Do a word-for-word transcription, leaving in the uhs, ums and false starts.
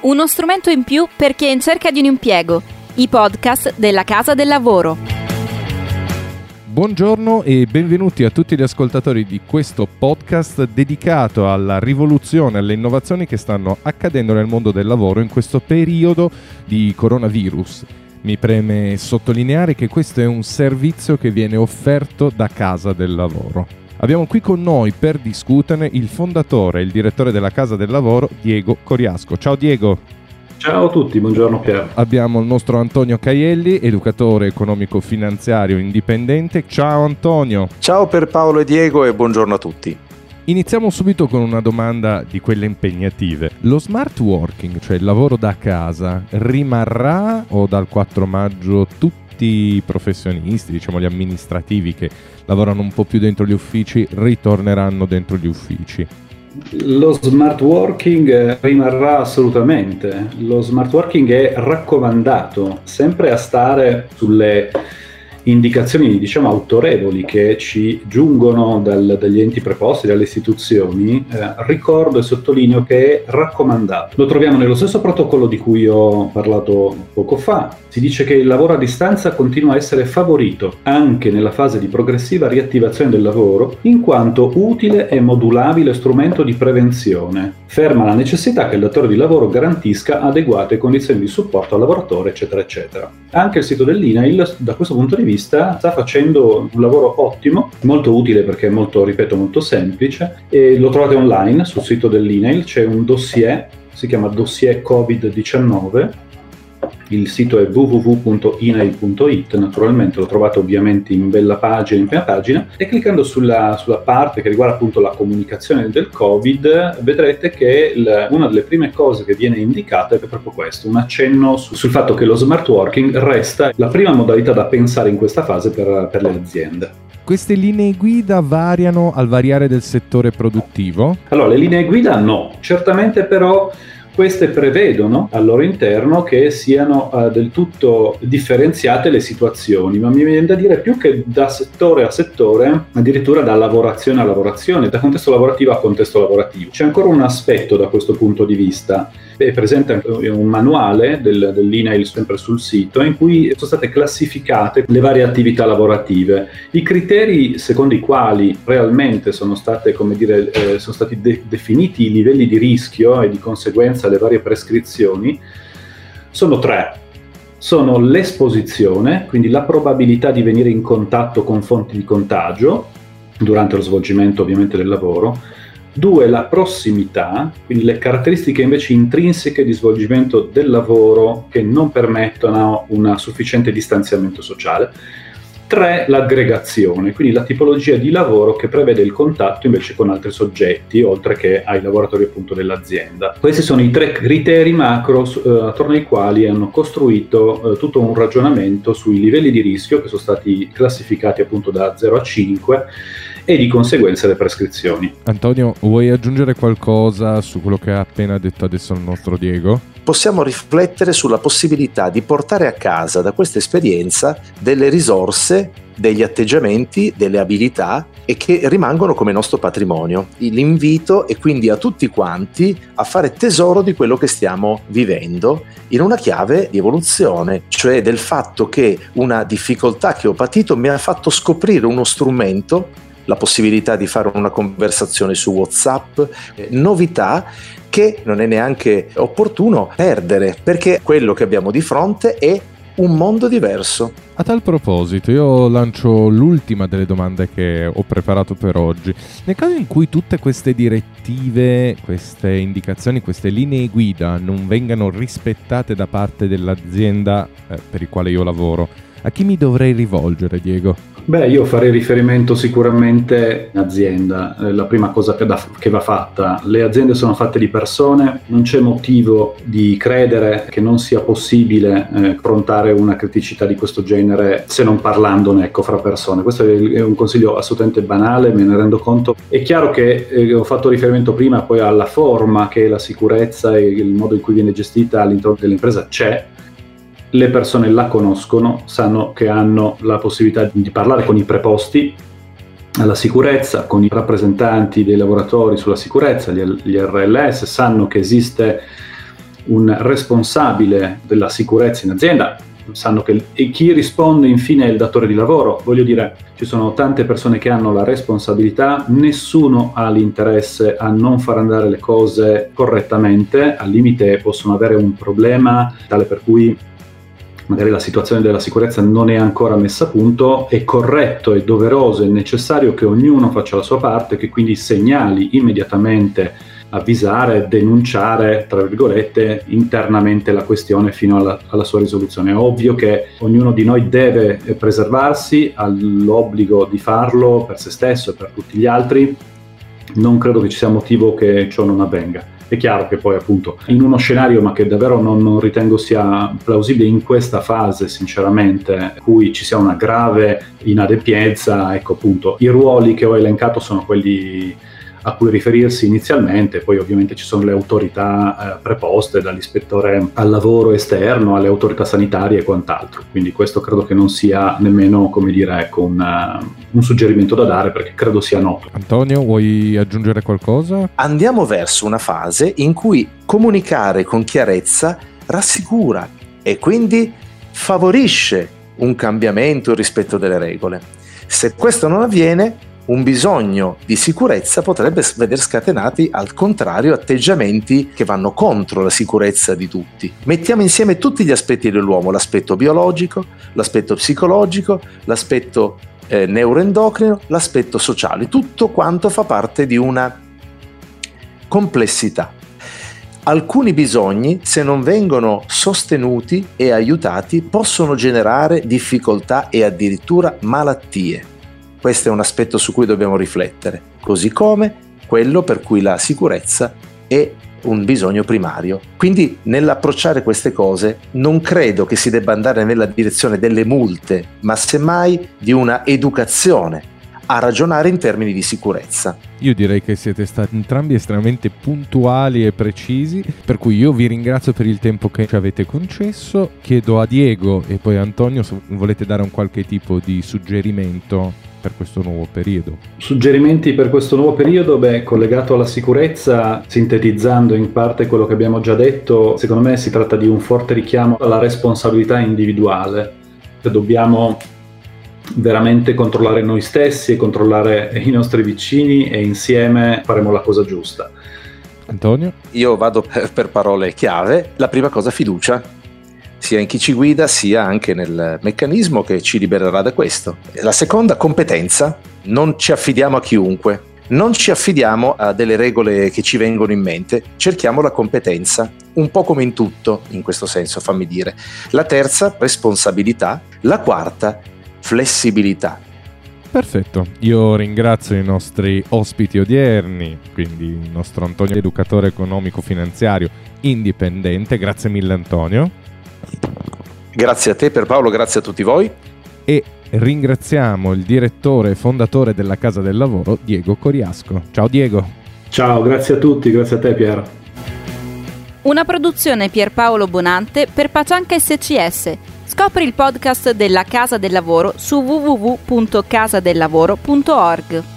Uno strumento in più per chi è in cerca di un impiego. I podcast della Casa del Lavoro. Buongiorno e benvenuti a tutti gli ascoltatori di questo podcast dedicato alla rivoluzione, alle innovazioni che stanno accadendo nel mondo del lavoro in questo periodo di coronavirus. Mi preme sottolineare che questo è un servizio che viene offerto da Casa del Lavoro. Abbiamo qui con noi per discuterne il fondatore e il direttore della Casa del Lavoro, Diego Coriasco. Ciao Diego. Ciao a tutti, buongiorno Piero. Abbiamo il nostro Antonio Caielli, educatore economico-finanziario indipendente. Ciao Antonio. Ciao per Paolo e Diego e buongiorno a tutti. Iniziamo subito con una domanda di quelle impegnative. Lo smart working, cioè il lavoro da casa, rimarrà o dal quattro maggio tutti i professionisti, diciamo gli amministrativi che lavorano un po' più dentro gli uffici, ritorneranno dentro gli uffici? Lo smart working rimarrà assolutamente. Lo smart working è raccomandato sempre a stare sulle indicazioni, diciamo, autorevoli che ci giungono dal, dagli enti preposti, dalle istituzioni. Eh, ricordo e sottolineo che è raccomandato. Lo troviamo nello stesso protocollo di cui ho parlato poco fa. Si dice che il lavoro a distanza continua a essere favorito anche nella fase di progressiva riattivazione del lavoro, in quanto utile e modulabile strumento di prevenzione, ferma la necessità che il datore di lavoro garantisca adeguate condizioni di supporto al lavoratore, eccetera, eccetera. Anche il sito dell'I N A I L, da questo punto di vista, sta facendo un lavoro ottimo, molto utile perché è molto, ripeto, molto semplice, e lo trovate online sul sito dell'I N A I L. C'è un dossier, si chiama dossier covid diciannove. Il sito è w w w punto i n a i l punto i t, naturalmente lo trovate ovviamente in bella pagina, in prima pagina, e cliccando sulla, sulla parte che riguarda appunto la comunicazione del Covid, vedrete che il, una delle prime cose che viene indicata è proprio questo, un accenno su, sul fatto che lo smart working resta la prima modalità da pensare in questa fase per, per le aziende. Queste linee guida variano al variare del settore produttivo? Allora, le linee guida no, certamente però queste prevedono al loro interno che siano uh, del tutto differenziate le situazioni, ma mi viene da dire più che da settore a settore, addirittura da lavorazione a lavorazione, da contesto lavorativo a contesto lavorativo. C'è ancora un aspetto da questo punto di vista. È presente un manuale del, dell'I N A I L sempre sul sito in cui sono state classificate le varie attività lavorative. I criteri secondo i quali realmente sono state, come dire, eh, sono stati de- definiti i livelli di rischio e di conseguenza le varie prescrizioni sono tre. Sono l'esposizione, quindi la probabilità di venire in contatto con fonti di contagio durante lo svolgimento ovviamente del lavoro. Due, la prossimità, quindi le caratteristiche invece intrinseche di svolgimento del lavoro che non permettono un sufficiente distanziamento sociale. Tre, l'aggregazione, quindi la tipologia di lavoro che prevede il contatto invece con altri soggetti, oltre che ai lavoratori appunto dell'azienda. Questi sono i tre criteri macro eh, attorno ai quali hanno costruito eh, tutto un ragionamento sui livelli di rischio che sono stati classificati appunto da zero a cinque e di conseguenza le prescrizioni. Antonio, vuoi aggiungere qualcosa su quello che ha appena detto adesso il nostro Diego? Possiamo riflettere sulla possibilità di portare a casa da questa esperienza delle risorse, degli atteggiamenti, delle abilità e che rimangono come nostro patrimonio. L'invito è quindi a tutti quanti a fare tesoro di quello che stiamo vivendo in una chiave di evoluzione, cioè del fatto che una difficoltà che ho patito mi ha fatto scoprire uno strumento, la possibilità di fare una conversazione su WhatsApp, eh, novità che non è neanche opportuno perdere, perché quello che abbiamo di fronte è un mondo diverso. A tal proposito, io lancio l'ultima delle domande che ho preparato per oggi. Nel caso in cui tutte queste direttive, queste indicazioni, queste linee guida non vengano rispettate da parte dell'azienda eh, per il quale io lavoro, a chi mi dovrei rivolgere, Diego? Beh, io farei riferimento sicuramente in azienda. Eh, la prima cosa che, da, che va fatta, le aziende sono fatte di persone, non c'è motivo di credere che non sia possibile eh, affrontare una criticità di questo genere se non parlandone, ecco, fra persone. Questo è, è un consiglio assolutamente banale, me ne rendo conto. È chiaro che eh, ho fatto riferimento prima poi alla forma che la sicurezza e il modo in cui viene gestita all'interno dell'impresa c'è. Le persone la conoscono, sanno che hanno la possibilità di parlare con i preposti alla sicurezza, con i rappresentanti dei lavoratori sulla sicurezza, gli R L S, sanno che esiste un responsabile della sicurezza in azienda, sanno che e chi risponde infine è il datore di lavoro. Voglio dire, ci sono tante persone che hanno la responsabilità, nessuno ha l'interesse a non far andare le cose correttamente, al limite possono avere un problema tale per cui magari la situazione della sicurezza non è ancora messa a punto. È corretto, è doveroso, è necessario che ognuno faccia la sua parte, che quindi segnali immediatamente, avvisare, denunciare, tra virgolette, internamente la questione fino alla, alla sua risoluzione. È ovvio che ognuno di noi deve preservarsi, ha l'obbligo di farlo per se stesso e per tutti gli altri. Non credo che ci sia motivo che ciò non avvenga. È chiaro che poi appunto in uno scenario, ma che davvero non, non ritengo sia plausibile in questa fase sinceramente, in cui ci sia una grave inadempienza, ecco appunto i ruoli che ho elencato sono quelli a cui riferirsi inizialmente, poi ovviamente ci sono le autorità eh, preposte, dall'ispettore al lavoro esterno alle autorità sanitarie e quant'altro, quindi questo credo che non sia nemmeno, come dire, ecco, un, uh, un suggerimento da dare, perché credo sia noto. Antonio, vuoi aggiungere qualcosa? Andiamo verso una fase in cui comunicare con chiarezza rassicura e quindi favorisce un cambiamento e il rispetto delle regole. Se questo non avviene, un bisogno di sicurezza potrebbe veder scatenati al contrario atteggiamenti che vanno contro la sicurezza di tutti. Mettiamo insieme tutti gli aspetti dell'uomo, l'aspetto biologico, l'aspetto psicologico, l'aspetto eh, neuroendocrino, l'aspetto sociale, tutto quanto fa parte di una complessità. Alcuni bisogni, se non vengono sostenuti e aiutati, possono generare difficoltà e addirittura malattie. Questo è un aspetto su cui dobbiamo riflettere, così come quello per cui la sicurezza è un bisogno primario. Quindi nell'approcciare queste cose non credo che si debba andare nella direzione delle multe, ma semmai di una educazione a ragionare in termini di sicurezza. Io direi che siete stati entrambi estremamente puntuali e precisi, per cui io vi ringrazio per il tempo che ci avete concesso. Chiedo a Diego e poi a Antonio se volete dare un qualche tipo di suggerimento per questo nuovo periodo. Suggerimenti per questo nuovo periodo? Beh, collegato alla sicurezza, sintetizzando in parte quello che abbiamo già detto, secondo me si tratta di un forte richiamo alla responsabilità individuale. Dobbiamo veramente controllare noi stessi e controllare i nostri vicini, e insieme faremo la cosa giusta. Antonio? Io vado per, per parole chiave. La prima cosa, fiducia, sia in chi ci guida sia anche nel meccanismo che ci libererà da questo. La seconda, competenza. Non ci affidiamo a chiunque, non ci affidiamo a delle regole che ci vengono in mente, cerchiamo la competenza, un po' come in tutto, in questo senso, fammi dire. La terza, responsabilità. La quarta, flessibilità. Perfetto, io ringrazio i nostri ospiti odierni, quindi il nostro Antonio, educatore economico finanziario indipendente. Grazie mille Antonio. Grazie a te Pierpaolo, grazie a tutti voi. E ringraziamo il direttore e fondatore della Casa del Lavoro, Diego Coriasco. Ciao Diego. Ciao, grazie a tutti, grazie a te Pier. Una produzione Pierpaolo Bonante per Pacianca S C S. Scopri il podcast della Casa del Lavoro su w w w punto casa del lavoro punto org.